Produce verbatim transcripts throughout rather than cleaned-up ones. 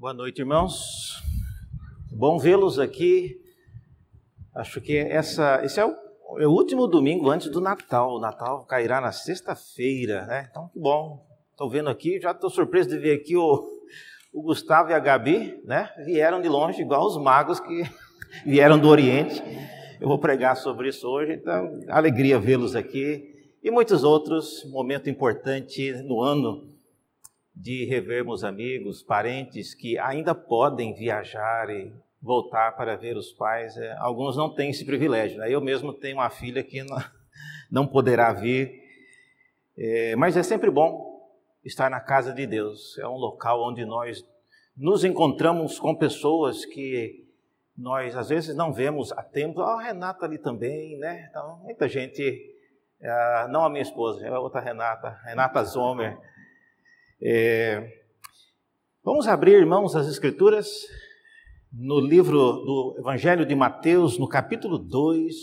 Boa noite, irmãos. Bom vê-los aqui. Acho que essa, esse é o, é o último domingo antes do Natal. O Natal cairá na sexta-feira, né? Então, que bom. Estou vendo aqui, já estou surpreso de ver aqui o, o Gustavo e a Gabi, né? Vieram de longe, igual os magos que vieram do Oriente. Eu vou pregar sobre isso hoje, então, alegria vê-los aqui. E muitos outros, momento importante no ano de revermos amigos, parentes que ainda podem viajar e voltar para ver os pais. É, alguns não têm esse privilégio, né? Eu mesmo tenho uma filha que não, não poderá vir, é, mas é sempre bom estar na casa de Deus. É um local onde nós nos encontramos com pessoas que nós às vezes não vemos há tempo. Ah, a Renata ali também, né? Então, muita gente, é, não a minha esposa, é a outra Renata, Renata Zomer. É, vamos abrir, irmãos, as Escrituras no livro do Evangelho de Mateus, no capítulo dois.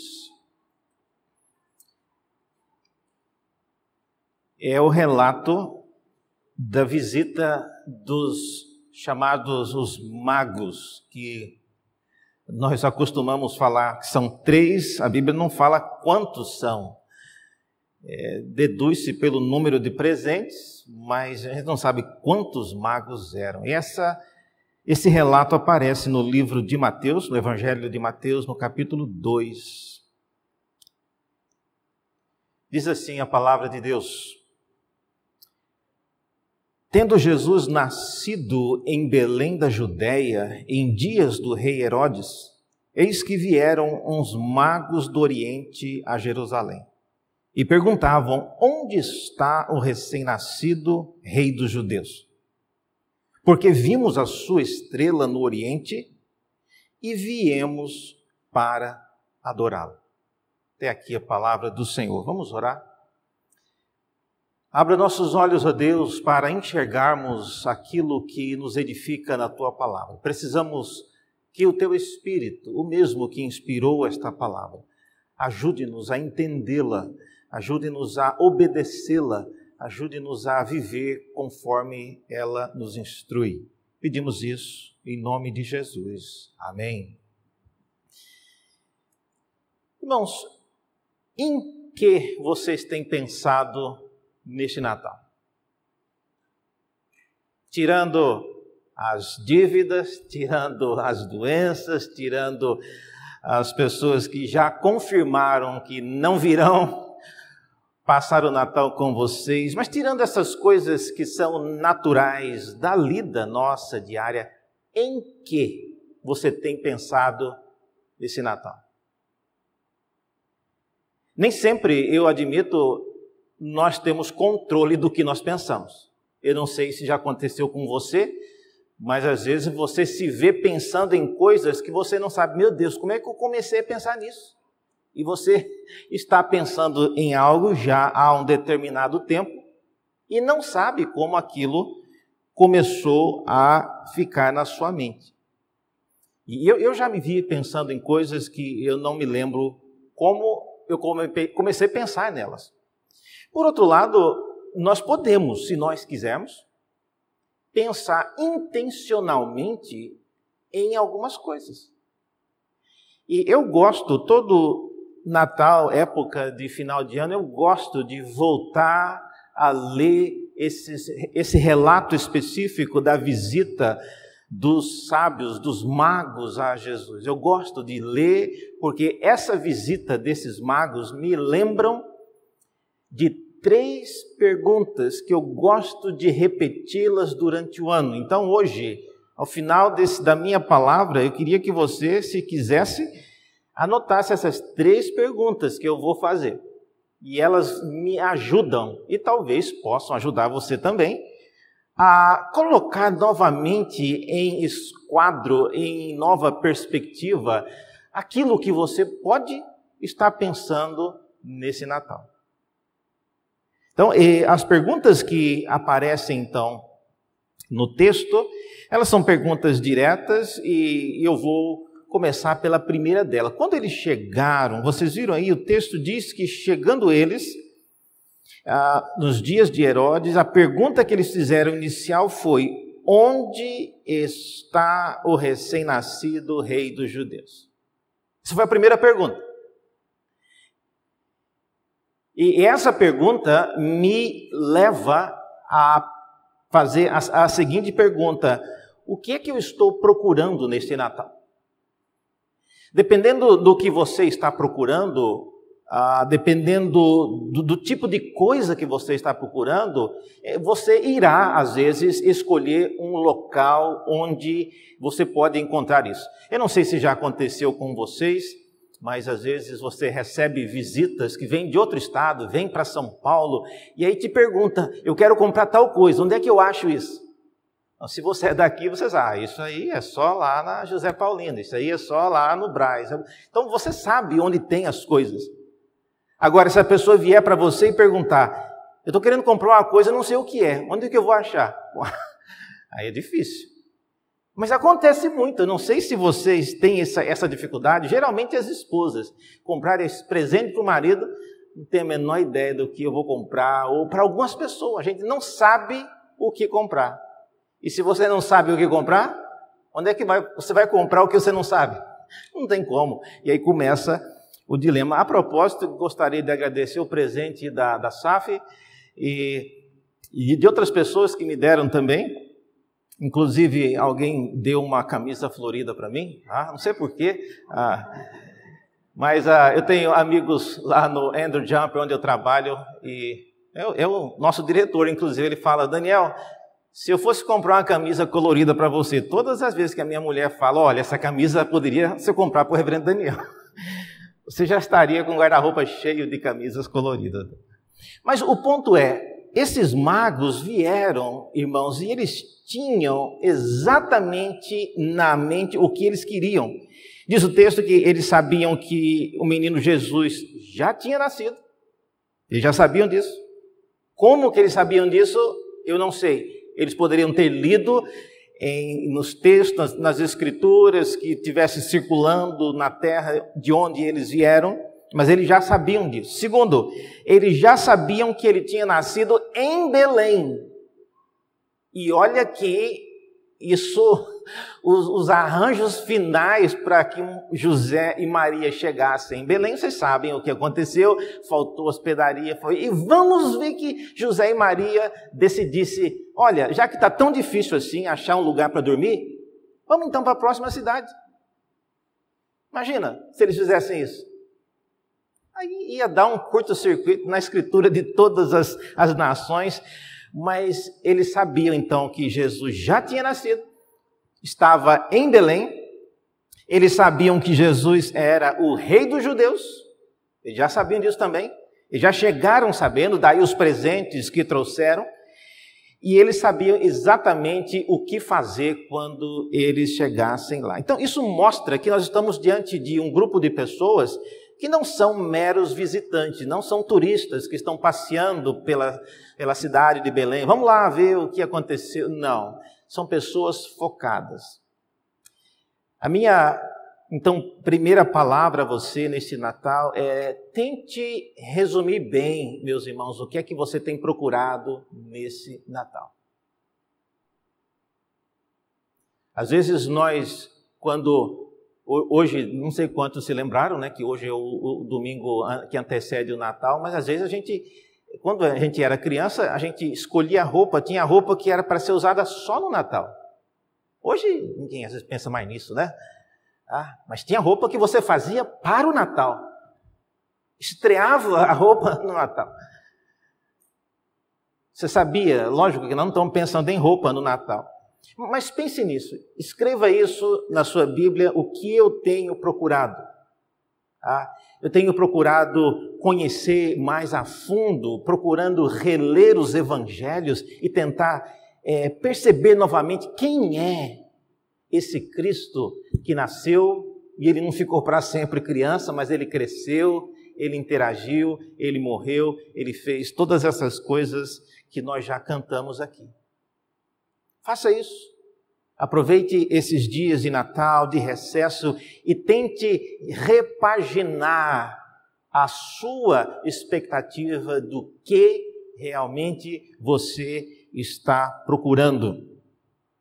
É o relato da visita dos chamados os magos, que nós acostumamos falar que são três. A Bíblia não fala quantos são. É, deduz-se pelo número de presentes, mas a gente não sabe quantos magos eram. E essa, esse relato aparece no livro de Mateus, no Evangelho de Mateus, no capítulo dois. Diz assim a palavra de Deus: Tendo Jesus nascido em Belém da Judéia, em dias do rei Herodes, eis que vieram uns magos do Oriente a Jerusalém. E perguntavam: onde está o recém-nascido rei dos judeus? Porque vimos a sua estrela no Oriente e viemos para adorá-lo. Até aqui a palavra do Senhor. Vamos orar? Abra nossos olhos, ó Deus, para enxergarmos aquilo que nos edifica na Tua palavra. Precisamos que o Teu Espírito, o mesmo que inspirou esta palavra, ajude-nos a entendê-la, ajude-nos a obedecê-la, ajude-nos a viver conforme ela nos instrui. Pedimos isso em nome de Jesus. Amém. Irmãos, em que vocês têm pensado neste Natal? Tirando as dívidas, tirando as doenças, tirando as pessoas que já confirmaram que não virão passar o Natal com vocês, mas tirando essas coisas que são naturais da lida nossa diária, em que você tem pensado nesse Natal? Nem sempre, eu admito, nós temos controle do que nós pensamos. Eu não sei se já aconteceu com você, mas às vezes você se vê pensando em coisas que você não sabe. Meu Deus, como é que eu comecei a pensar nisso? E você está pensando em algo já há um determinado tempo e não sabe como aquilo começou a ficar na sua mente. E eu, eu já me vi pensando em coisas que eu não me lembro como eu comecei a pensar nelas. Por outro lado, nós podemos, se nós quisermos, pensar intencionalmente em algumas coisas. E eu gosto, todo Natal, época de final de ano, eu gosto de voltar a ler esse, esse relato específico da visita dos sábios, dos magos a Jesus. Eu gosto de ler porque essa visita desses magos me lembram de três perguntas que eu gosto de repeti-las durante o ano. Então hoje, ao final desse, da minha palavra, eu queria que você, se quisesse, anotasse essas três perguntas que eu vou fazer. E elas me ajudam, e talvez possam ajudar você também, a colocar novamente em esquadro, em nova perspectiva, aquilo que você pode estar pensando nesse Natal. Então, as perguntas que aparecem, então, no texto, elas são perguntas diretas e eu vou começar pela primeira dela. Quando eles chegaram, vocês viram aí, o texto diz que chegando eles, ah, nos dias de Herodes, a pergunta que eles fizeram inicial foi: onde está o recém-nascido rei dos judeus? Essa foi a primeira pergunta. E essa pergunta me leva a fazer a, a seguinte pergunta: o que é que eu estou procurando neste Natal? Dependendo do que você está procurando, ah, dependendo do, do tipo de coisa que você está procurando, você irá, às vezes, escolher um local onde você pode encontrar isso. Eu não sei se já aconteceu com vocês, mas às vezes você recebe visitas que vêm de outro estado, vêm para São Paulo, e aí te pergunta: eu quero comprar tal coisa, onde é que eu acho isso? Se você é daqui, você sabe, ah, isso aí é só lá na José Paulino, isso aí é só lá no Brás. Então você sabe onde tem as coisas. Agora, se a pessoa vier para você e perguntar: eu estou querendo comprar uma coisa, não sei o que é, onde é que eu vou achar? Aí é difícil. Mas acontece muito, eu não sei se vocês têm essa, essa dificuldade. Geralmente as esposas comprarem esse presente para o marido, não tem a menor ideia do que eu vou comprar, ou para algumas pessoas, a gente não sabe o que comprar. E se você não sabe o que comprar, onde é que vai, você vai comprar o que você não sabe? Não tem como. E aí começa o dilema. A propósito, gostaria de agradecer o presente da, da S A F e, e de outras pessoas que me deram também. Inclusive, alguém deu uma camisa florida para mim, ah, não sei porquê, ah, mas ah, eu tenho amigos lá no Andrew Jump, onde eu trabalho, e é, é o nosso diretor, inclusive, ele fala: Daniel, se eu fosse comprar uma camisa colorida para você, todas as vezes que a minha mulher fala: olha, essa camisa poderia ser comprar para o reverendo Daniel, você já estaria com o guarda-roupa cheio de camisas coloridas. Mas o ponto é, esses magos vieram, irmãos, e eles tinham exatamente na mente o que eles queriam. Diz o texto que eles sabiam que o menino Jesus já tinha nascido. Eles já sabiam disso. Como que eles sabiam disso? Eu não sei. Eles poderiam ter lido em, nos textos, nas, nas escrituras que estivessem circulando na terra de onde eles vieram, mas eles já sabiam disso. Segundo, eles já sabiam que ele tinha nascido em Belém. E olha que isso, os, os arranjos finais para que José e Maria chegassem em Belém, vocês sabem o que aconteceu, faltou hospedaria, foi, e vamos ver que José e Maria decidissem: olha, já que está tão difícil assim achar um lugar para dormir, vamos então para a próxima cidade. Imagina se eles fizessem isso. Aí ia dar um curto-circuito na escritura de todas as, as nações, mas eles sabiam então que Jesus já tinha nascido, estava em Belém, eles sabiam que Jesus era o rei dos judeus, eles já sabiam disso também, eles já chegaram sabendo, daí os presentes que trouxeram, e eles sabiam exatamente o que fazer quando eles chegassem lá. Então isso mostra que nós estamos diante de um grupo de pessoas que não são meros visitantes, não são turistas que estão passeando pela, pela cidade de Belém. Vamos lá ver o que aconteceu. Não, são pessoas focadas. A minha, então, primeira palavra a você neste Natal é: tente resumir bem, meus irmãos, o que é que você tem procurado nesse Natal. Às vezes nós, quando... Hoje, não sei quantos se lembraram, né, que hoje é o, o domingo que antecede o Natal, mas às vezes a gente, quando a gente era criança, a gente escolhia a roupa, tinha roupa que era para ser usada só no Natal. Hoje, ninguém às vezes pensa mais nisso, né? Ah, mas tinha roupa que você fazia para o Natal. Estreava a roupa no Natal. Você sabia, lógico que não estamos pensando em roupa no Natal. Mas pense nisso, escreva isso na sua Bíblia, o que eu tenho procurado. Ah, eu tenho procurado conhecer mais a fundo, procurando reler os evangelhos e tentar é, perceber novamente quem é esse Cristo que nasceu e ele não ficou para sempre criança, mas ele cresceu, ele interagiu, ele morreu, ele fez todas essas coisas que nós já cantamos aqui. Faça isso. Aproveite esses dias de Natal, de recesso, e tente repaginar a sua expectativa do que realmente você está procurando.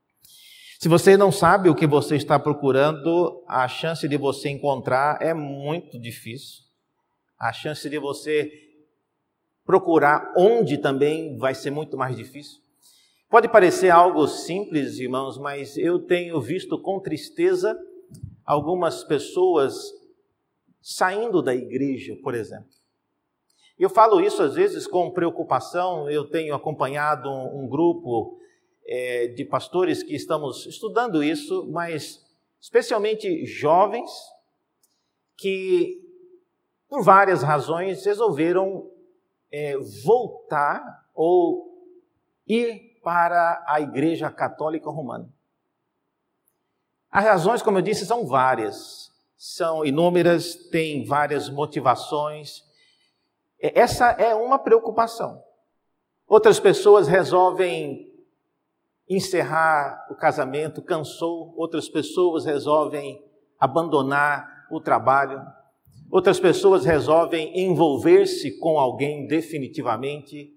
Se você não sabe o que você está procurando, a chance de você encontrar é muito difícil. A chance de você procurar onde também vai ser muito mais difícil. Pode parecer algo simples, irmãos, mas eu tenho visto com tristeza algumas pessoas saindo da igreja, por exemplo. Eu falo isso às vezes com preocupação. Eu tenho acompanhado um, um grupo é, de pastores que estamos estudando isso, mas especialmente jovens que, por várias razões, resolveram é, voltar ou ir para a Igreja Católica Romana. As razões, como eu disse, são várias, são inúmeras, têm várias motivações. Essa é uma preocupação. Outras pessoas resolvem encerrar o casamento, cansou. Outras pessoas resolvem abandonar o trabalho. Outras pessoas resolvem envolver-se com alguém definitivamente.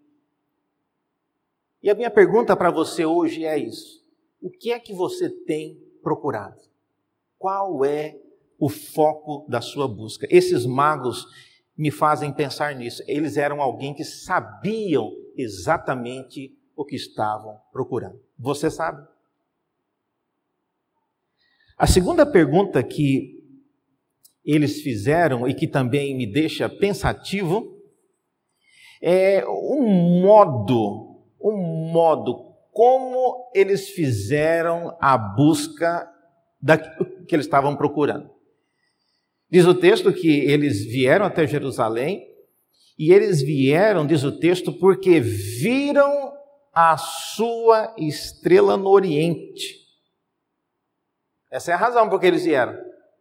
E a minha pergunta para você hoje é isso: o que é que você tem procurado? Qual é o foco da sua busca? Esses magos me fazem pensar nisso. Eles eram alguém que sabiam exatamente o que estavam procurando. Você sabe? A segunda pergunta que eles fizeram e que também me deixa pensativo é um modo, um modo como eles fizeram a busca daquilo que eles estavam procurando. Diz o texto que eles vieram até Jerusalém, e eles vieram, diz o texto, porque viram a sua estrela no Oriente. Essa é a razão por que eles vieram.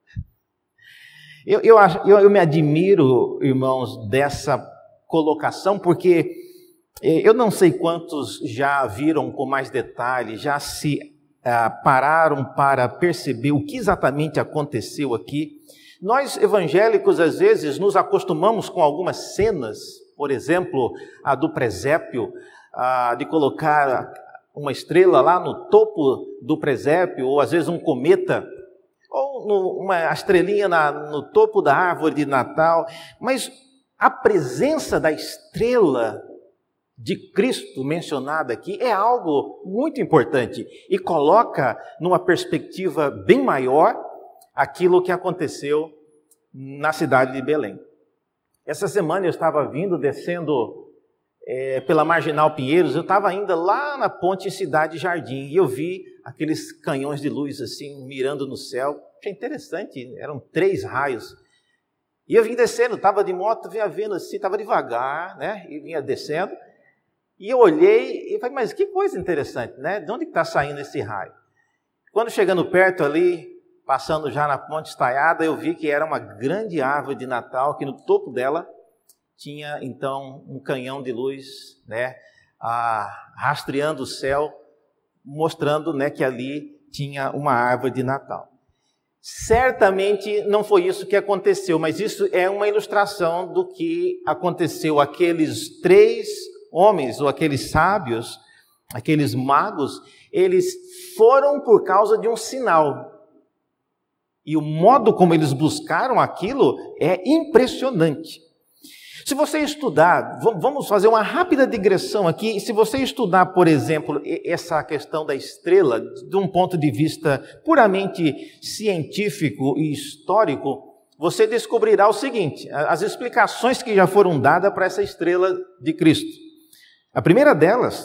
Eu, eu, eu, eu me admiro, irmãos, dessa colocação, porque eu não sei quantos já viram com mais detalhe, já se ah, pararam para perceber o que exatamente aconteceu aqui. Nós, evangélicos, às vezes, nos acostumamos com algumas cenas, por exemplo, a do presépio, a de colocar uma estrela lá no topo do presépio, ou às vezes um cometa, ou no, uma estrelinha na, no topo da árvore de Natal. Mas a presença da estrela de Cristo mencionada aqui é algo muito importante e coloca numa perspectiva bem maior aquilo que aconteceu na cidade de Belém. Essa semana eu estava vindo, descendo é, pela Marginal Pinheiros, eu estava ainda lá na ponte Cidade Jardim, e eu vi aqueles canhões de luz assim, mirando no céu. Achei interessante, eram três raios. E eu vim descendo, estava de moto, vinha vendo assim, estava devagar, né, e vinha descendo, e eu olhei e falei, mas que coisa interessante, né, de onde está saindo esse raio? Quando chegando perto ali, passando já na ponte estaiada, eu vi que era uma grande árvore de Natal, que no topo dela tinha, então, um canhão de luz, né, ah, rastreando o céu, mostrando, né, que ali tinha uma árvore de Natal. Certamente não foi isso que aconteceu, mas isso é uma ilustração do que aconteceu. Aqueles três homens, ou aqueles sábios, aqueles magos, eles foram por causa de um sinal. E o modo como eles buscaram aquilo é impressionante. Se você estudar, vamos fazer uma rápida digressão aqui, se você estudar, por exemplo, essa questão da estrela, de um ponto de vista puramente científico e histórico, você descobrirá o seguinte, as explicações que já foram dadas para essa estrela de Cristo. A primeira delas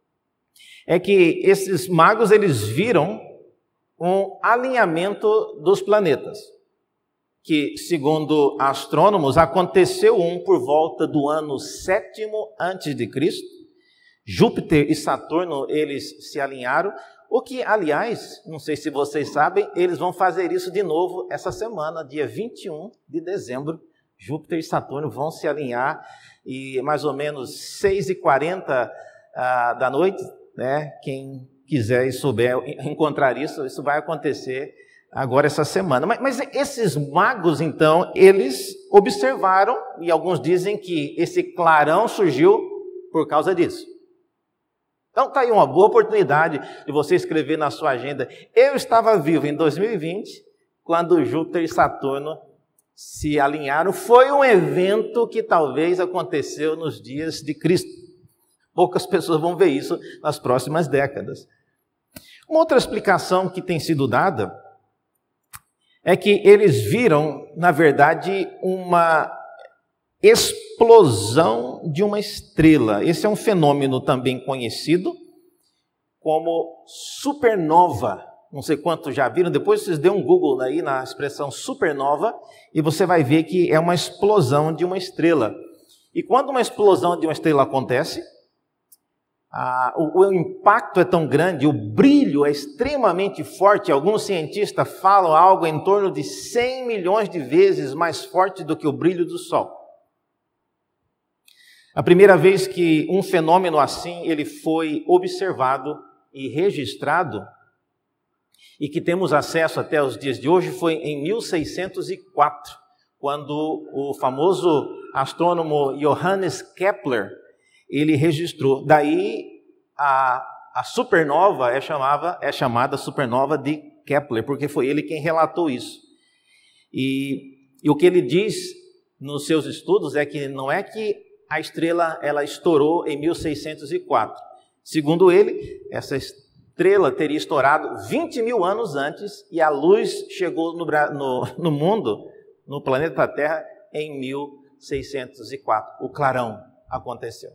é que esses magos, eles viram um alinhamento dos planetas, que, segundo astrônomos, aconteceu um por volta do ano sétimo antes de Cristo. Júpiter e Saturno, eles se alinharam, o que, aliás, não sei se vocês sabem, eles vão fazer isso de novo essa semana, dia vinte e um de dezembro. Júpiter e Saturno vão se alinhar, e mais ou menos seis e quarenta ah, da noite, né, quem quiser e souber encontrar isso, isso vai acontecer agora essa semana. Mas, mas esses magos, então, eles observaram, e alguns dizem que esse clarão surgiu por causa disso. Então está aí uma boa oportunidade de você escrever na sua agenda. Eu estava vivo em dois mil e vinte, quando Júpiter e Saturno se alinharam. Foi um evento que talvez aconteceu nos dias de Cristo. Poucas pessoas vão ver isso nas próximas décadas. Uma outra explicação que tem sido dada é que eles viram, na verdade, uma explosão de uma estrela. Esse é um fenômeno também conhecido como supernova. Não sei quantos já viram, depois vocês dêem um Google aí na expressão supernova e você vai ver que é uma explosão de uma estrela. E quando uma explosão de uma estrela acontece, Ah, o, o impacto é tão grande, o brilho é extremamente forte. Alguns cientistas falam algo em torno de cem milhões de vezes mais forte do que o brilho do Sol. A primeira vez que um fenômeno assim ele foi observado e registrado, e que temos acesso até os dias de hoje, foi em mil seiscentos e quatro, quando o famoso astrônomo Johannes Kepler ele registrou. Daí a, a supernova é, chamava, é chamada supernova de Kepler, porque foi ele quem relatou isso. E, e o que ele diz nos seus estudos é que não é que a estrela ela estourou em mil seiscentos e quatro. Segundo ele, essa estrela teria estourado vinte mil anos antes e a luz chegou no, no, no mundo, no planeta Terra, em mil seiscentos e quatro. O clarão aconteceu.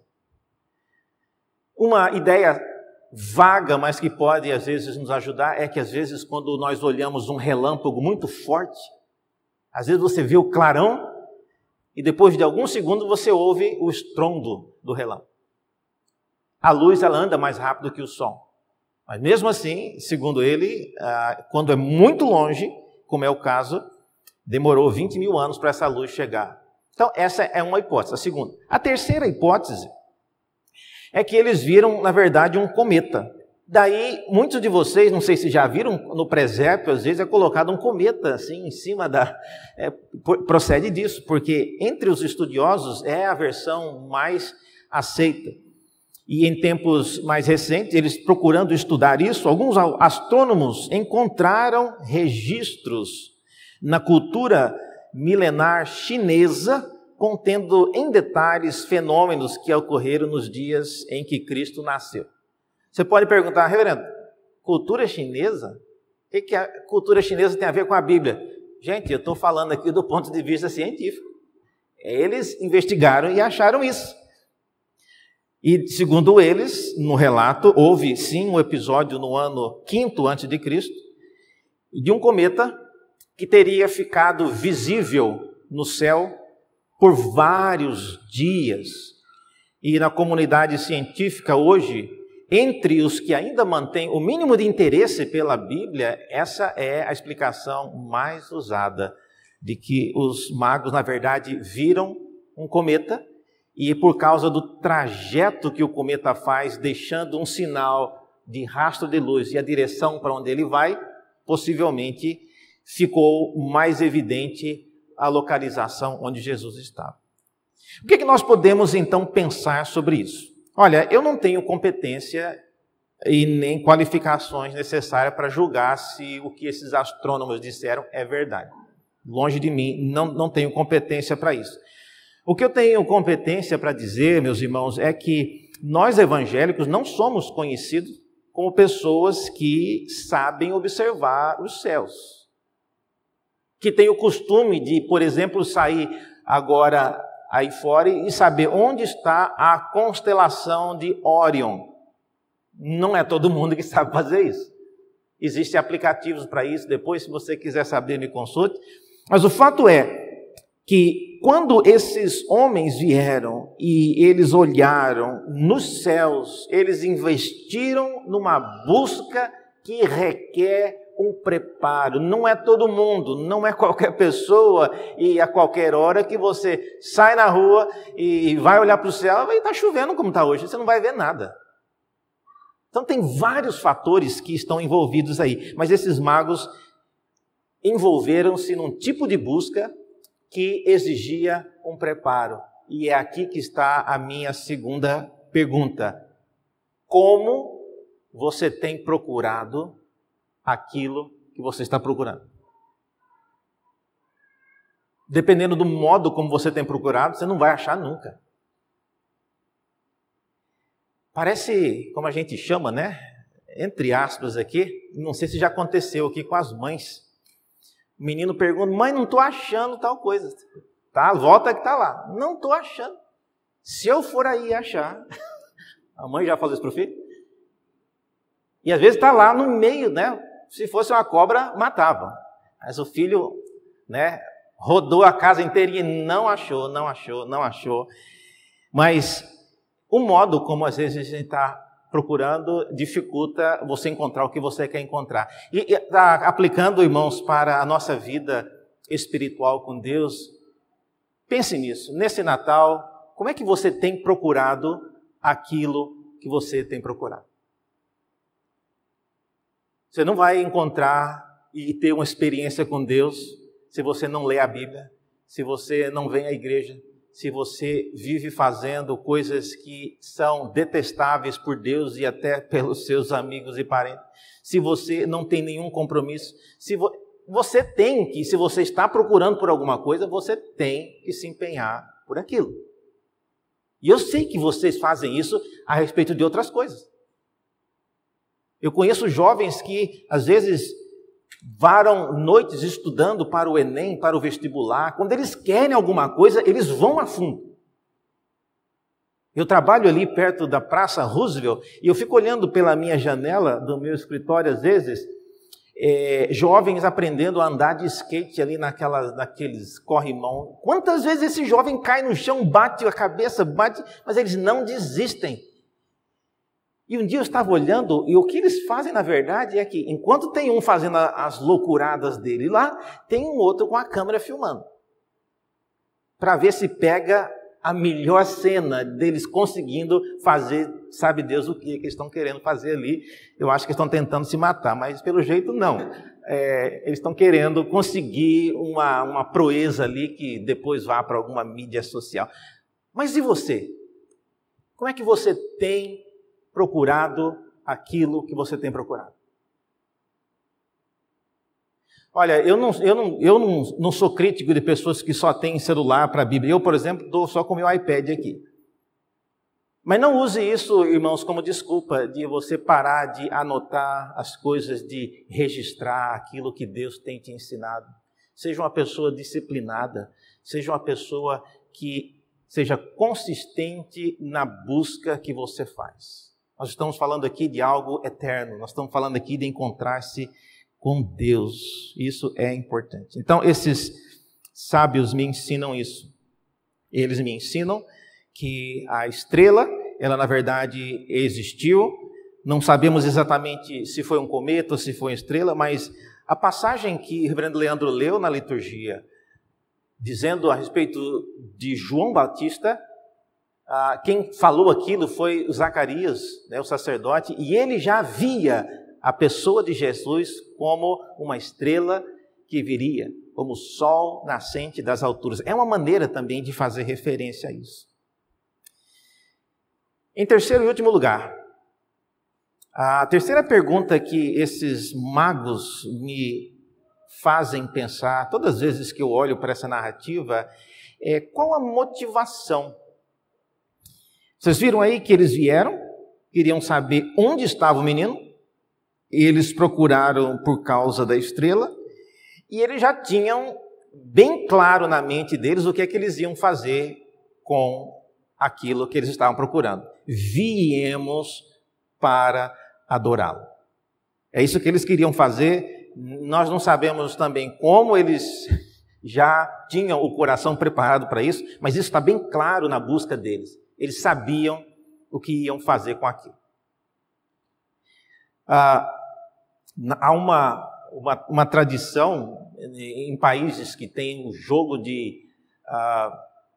Uma ideia vaga, mas que pode às vezes nos ajudar, é que às vezes quando nós olhamos um relâmpago muito forte, às vezes você vê o clarão e depois de alguns segundos você ouve o estrondo do relâmpago. A luz ela anda mais rápido que o som. Mas mesmo assim, segundo ele, quando é muito longe, como é o caso, demorou vinte mil anos para essa luz chegar. Então essa é uma hipótese. A segunda. A terceira hipótese é que eles viram, na verdade, um cometa. Daí, muitos de vocês, não sei se já viram, no presépio, às vezes é colocado um cometa, assim, em cima da... É, procede disso, porque entre os estudiosos é a versão mais aceita. E em tempos mais recentes, eles procurando estudar isso, alguns astrônomos encontraram registros na cultura milenar chinesa, contendo em detalhes fenômenos que ocorreram nos dias em que Cristo nasceu. Você pode perguntar, reverendo, cultura chinesa? O que a cultura chinesa tem a ver com a Bíblia? Gente, eu estou falando aqui do ponto de vista científico. Eles investigaram e acharam isso. E segundo eles, no relato, houve sim um episódio no ano quinto antes de Cristo, de um cometa que teria ficado visível no céu por vários dias. E na comunidade científica hoje, entre os que ainda mantêm o mínimo de interesse pela Bíblia, essa é a explicação mais usada, de que os magos, na verdade, viram um cometa e por causa do trajeto que o cometa faz, deixando um sinal de rastro de luz e a direção para onde ele vai, possivelmente ficou mais evidente a localização onde Jesus estava. O que é que nós podemos então pensar sobre isso? Olha, eu não tenho competência e nem qualificações necessárias para julgar se o que esses astrônomos disseram é verdade. Longe de mim, não, não tenho competência para isso. O que eu tenho competência para dizer, meus irmãos, é que nós evangélicos não somos conhecidos como pessoas que sabem observar os céus. Que tem o costume de, por exemplo, sair agora aí fora e saber onde está a constelação de Órion. Não é todo mundo que sabe fazer isso. Existem aplicativos para isso, depois se você quiser saber me consulte. Mas o fato é que quando esses homens vieram e eles olharam nos céus, eles investiram numa busca que requer um preparo. Não é todo mundo, não é qualquer pessoa e a qualquer hora que você sai na rua e vai olhar para o céu e está chovendo como está hoje, você não vai ver nada. Então tem vários fatores que estão envolvidos aí, mas esses magos envolveram-se num tipo de busca que exigia um preparo. E é aqui que está a minha segunda pergunta. como você tem procurado aquilo que você está procurando. Dependendo do modo como você tem procurado, você não vai achar nunca. Parece, como a gente chama, né? Entre aspas aqui, não sei se já aconteceu aqui com as mães. O menino pergunta, mãe, não estou achando tal coisa. Tá, volta que está lá. Não estou achando. Se eu for aí achar... A mãe já falou isso para o filho? E às vezes está lá no meio, né? Se fosse uma cobra, matava. Mas o filho, né, rodou a casa inteirinha e não achou, não achou, não achou. Mas o modo como às vezes a gente está procurando dificulta você encontrar o que você quer encontrar. E está aplicando, irmãos, para a nossa vida espiritual com Deus. Pense nisso. Nesse Natal, como é que você tem procurado aquilo que você tem procurado? Você não vai encontrar e ter uma experiência com Deus se você não lê a Bíblia, se você não vem à igreja, se você vive fazendo coisas que são detestáveis por Deus e até pelos seus amigos e parentes, se você não tem nenhum compromisso, se vo... você tem que, se você está procurando por alguma coisa, você tem que se empenhar por aquilo. E eu sei que vocês fazem isso a respeito de outras coisas. Eu conheço jovens que, às vezes, varam noites estudando para o Enem, para o vestibular. Quando eles querem alguma coisa, eles vão a fundo. Eu trabalho ali perto da Praça Roosevelt e eu fico olhando pela minha janela do meu escritório, às vezes, é, jovens aprendendo a andar de skate ali naquela, naqueles corrimão. Quantas vezes esse jovem cai no chão, bate a cabeça, bate, mas eles não desistem. E um dia eu estava olhando, e o que eles fazem, na verdade, é que, enquanto tem um fazendo as loucuradas dele lá, tem um outro com a câmera filmando. Para ver se pega a melhor cena deles conseguindo fazer, sabe Deus o que, que eles estão querendo fazer ali. Eu acho que estão tentando se matar, mas pelo jeito não. É, eles estão querendo conseguir uma, uma proeza ali que depois vá para alguma mídia social. Mas e você? Como é que você tem procurado aquilo que você tem procurado? Olha, eu não, eu não, eu não, não sou crítico de pessoas que só têm celular para a Bíblia. Eu, por exemplo, estou só com o meu iPad aqui. Mas não use isso, irmãos, como desculpa de você parar de anotar as coisas, de registrar aquilo que Deus tem te ensinado. Seja uma pessoa disciplinada, seja uma pessoa que seja consistente na busca que você faz. Nós estamos falando aqui de algo eterno, nós estamos falando aqui de encontrar-se com Deus. Isso é importante. Então, esses sábios me ensinam isso. Eles me ensinam que a estrela, ela na verdade existiu. Não sabemos exatamente se foi um cometa ou se foi uma estrela, mas a passagem que o reverendo Leandro leu na liturgia, dizendo a respeito de João Batista, Ah, quem falou aquilo foi Zacarias, né, o sacerdote, e ele já via a pessoa de Jesus como uma estrela que viria, como o sol nascente das alturas. É uma maneira também de fazer referência a isso. Em terceiro e último lugar, a terceira pergunta que esses magos me fazem pensar, todas as vezes que eu olho para essa narrativa, é qual a motivação? Vocês viram aí que eles vieram, queriam saber onde estava o menino, eles procuraram por causa da estrela, e eles já tinham bem claro na mente deles o que é que eles iam fazer com aquilo que eles estavam procurando. Viemos para adorá-lo. É isso que eles queriam fazer. Nós não sabemos também como eles já tinham o coração preparado para isso, mas isso está bem claro na busca deles. Eles sabiam o que iam fazer com aquilo. Ah, há uma, uma, uma tradição em países que tem um jogo de, ah,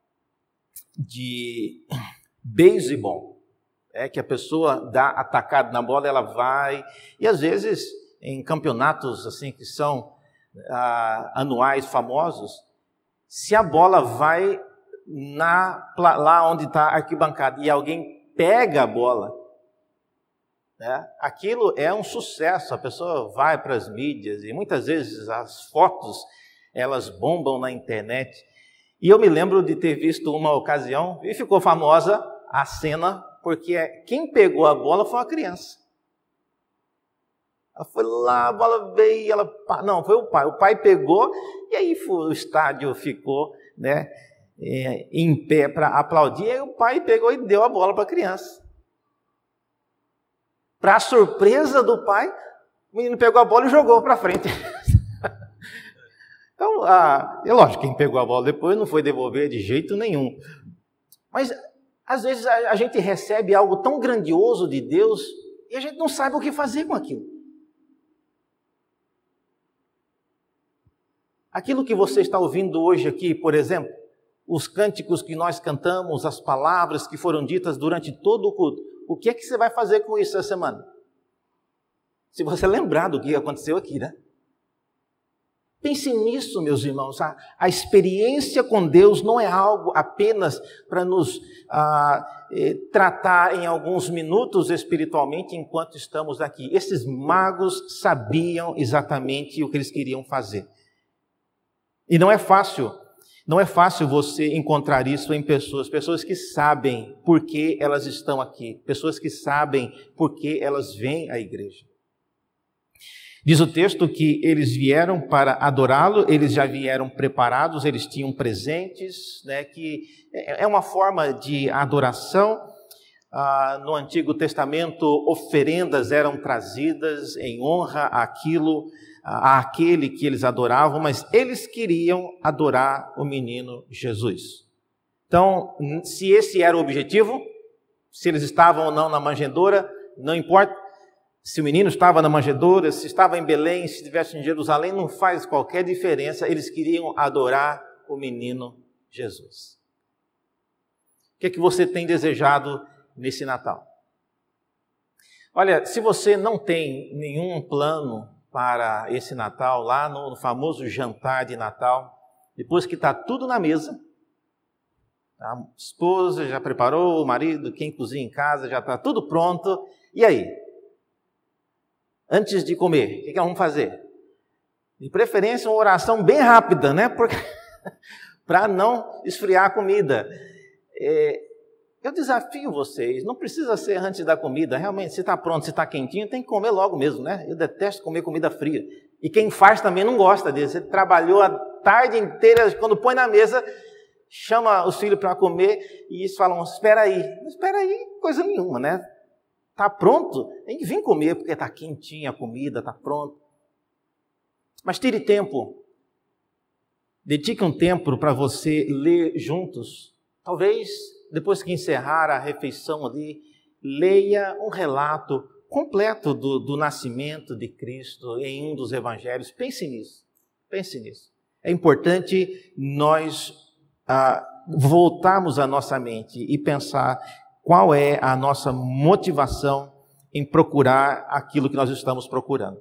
de beisebol, é, que a pessoa dá atacado na bola, ela vai, e às vezes em campeonatos assim que são ah, anuais famosos, se a bola vai Na, lá onde está a arquibancada, e alguém pega a bola, né? Aquilo é um sucesso, a pessoa vai para as mídias e muitas vezes as fotos, elas bombam na internet. E eu me lembro de ter visto uma ocasião, e ficou famosa a cena, porque quem pegou a bola foi uma criança. Ela foi lá, a bola veio, ela... Não, foi o pai. O pai pegou, e aí o estádio ficou, né, em pé para aplaudir, e aí o pai pegou e deu a bola para a criança. Para a surpresa do pai, o menino pegou a bola e jogou para frente. Então, ah, é lógico, quem pegou a bola depois não foi devolver de jeito nenhum. Mas, às vezes, a, a gente recebe algo tão grandioso de Deus e a gente não sabe o que fazer com aquilo. Aquilo que você está ouvindo hoje aqui, por exemplo, os cânticos que nós cantamos, as palavras que foram ditas durante todo o culto, o que é que você vai fazer com isso essa semana? Se você lembrar do que aconteceu aqui, né? Pense nisso, meus irmãos. A, a experiência com Deus não é algo apenas para nos ah, eh, tratar em alguns minutos espiritualmente enquanto estamos aqui. Esses magos sabiam exatamente o que eles queriam fazer. E não é fácil, não é fácil você encontrar isso em pessoas, pessoas que sabem por que elas estão aqui, pessoas que sabem por que elas vêm à igreja. Diz o texto que eles vieram para adorá-lo, eles já vieram preparados, eles tinham presentes, né, que é uma forma de adoração. Ah, no Antigo Testamento, oferendas eram trazidas em honra àquilo, àquele que eles adoravam, mas eles queriam adorar o menino Jesus. Então, se esse era o objetivo, se eles estavam ou não na manjedoura, não importa. Se o menino estava na manjedoura, se estava em Belém, se estivesse em Jerusalém, não faz qualquer diferença. Eles queriam adorar o menino Jesus. O que é que você tem desejado nesse Natal? Olha, se você não tem nenhum plano para esse Natal, lá no famoso jantar de Natal, depois que está tudo na mesa, a esposa já preparou, o marido, quem cozinha em casa, já está tudo pronto, e aí? Antes de comer, o que, que vamos fazer? De preferência, uma oração bem rápida, né? Para não esfriar a comida. É, eu desafio vocês, não precisa ser antes da comida, realmente, se está pronto, se está quentinho, tem que comer logo mesmo, né? Eu detesto comer comida fria. E quem faz também não gosta disso. Você trabalhou a tarde inteira, quando põe na mesa, chama os filhos para comer e eles falam, espera aí. Espera aí, coisa nenhuma, né? Está pronto? Tem que vir comer, porque está quentinha a comida, está pronto. Mas tire tempo. Dedique um tempo para você ler juntos. Talvez, depois que encerrar a refeição ali, leia um relato completo do, do nascimento de Cristo em um dos evangelhos. Pense nisso. Pense nisso. É importante nós ah, voltarmos a nossa mente e pensar qual é a nossa motivação em procurar aquilo que nós estamos procurando.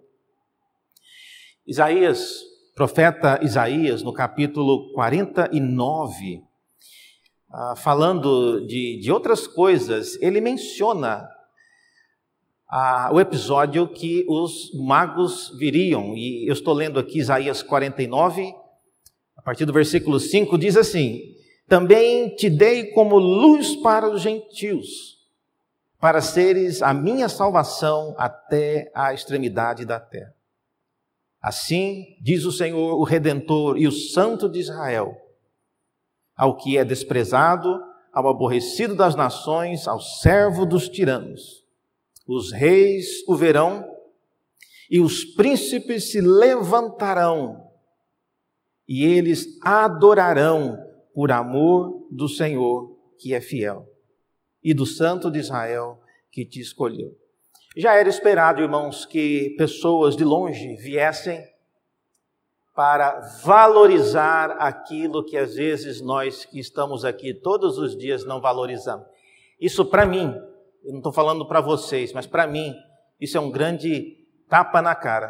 Isaías, profeta Isaías, no capítulo quarenta e nove, ah, falando de, de outras coisas, ele menciona ah, o episódio que os magos viriam. E eu estou lendo aqui Isaías quarenta e nove, a partir do versículo cinco, diz assim: também te dei como luz para os gentios, para seres a minha salvação até a extremidade da terra. Assim diz o Senhor, o Redentor e o Santo de Israel, ao que é desprezado, ao aborrecido das nações, ao servo dos tiranos. Os reis o verão e os príncipes se levantarão e eles adorarão por amor do Senhor, que é fiel, e do Santo de Israel, que te escolheu. Já era esperado, irmãos, que pessoas de longe viessem para valorizar aquilo que às vezes nós que estamos aqui todos os dias não valorizamos. Isso para mim, eu não estou falando para vocês, mas para mim, isso é um grande tapa na cara.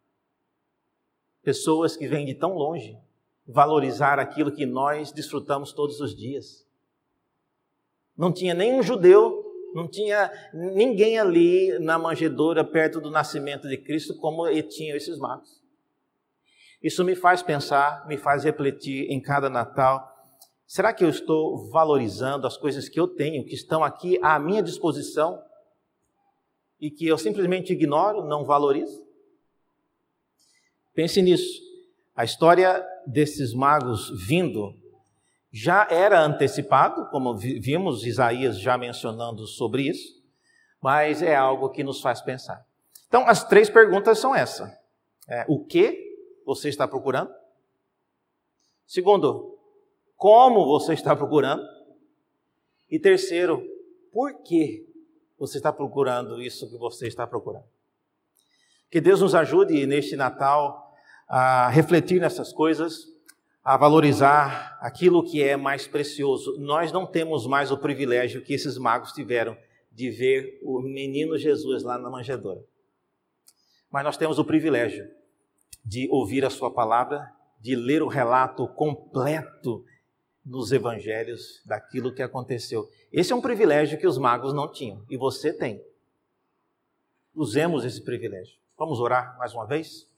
Pessoas que vêm de tão longe valorizar aquilo que nós desfrutamos todos os dias. Não tinha nenhum judeu Não tinha ninguém ali na manjedoura perto do nascimento de Cristo como tinham esses magos. Isso me faz pensar, me faz refletir em cada Natal. Será que eu estou valorizando as coisas que eu tenho, que estão aqui à minha disposição e que eu simplesmente ignoro, não valorizo? Pense nisso. A história desses magos vindo já era antecipado, como vimos Isaías já mencionando sobre isso, mas é algo que nos faz pensar. Então, as três perguntas são essas. É, o que você está procurando? Segundo, como você está procurando? E terceiro, por que você está procurando isso que você está procurando? Que Deus nos ajude neste Natal a refletir nessas coisas, a valorizar aquilo que é mais precioso. Nós não temos mais o privilégio que esses magos tiveram de ver o menino Jesus lá na manjedoura. Mas nós temos o privilégio de ouvir a sua palavra, de ler o relato completo nos evangelhos daquilo que aconteceu. Esse é um privilégio que os magos não tinham, e você tem. Usemos esse privilégio. Vamos orar mais uma vez?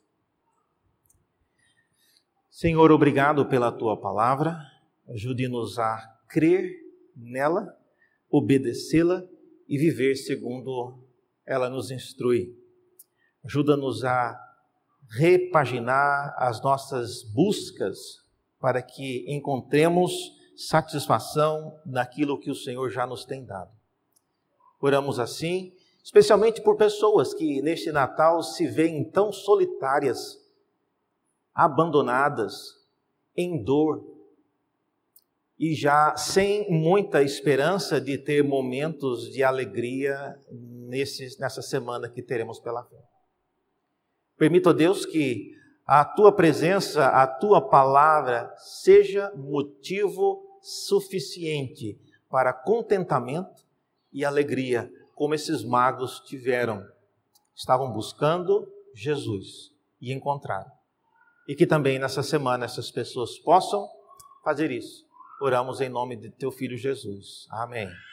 Senhor, obrigado pela tua palavra. Ajude-nos a crer nela, obedecê-la e viver segundo ela nos instrui. Ajuda-nos a repaginar as nossas buscas para que encontremos satisfação naquilo que o Senhor já nos tem dado. Oramos assim, especialmente por pessoas que neste Natal se veem tão solitárias, abandonadas, em dor, e já sem muita esperança de ter momentos de alegria nesse, nessa semana que teremos pela frente. Permita, Deus, que a Tua presença, a Tua palavra seja motivo suficiente para contentamento e alegria, como esses magos tiveram. Estavam buscando Jesus e encontraram. E que também nessa semana essas pessoas possam fazer isso. Oramos em nome de Teu Filho Jesus. Amém.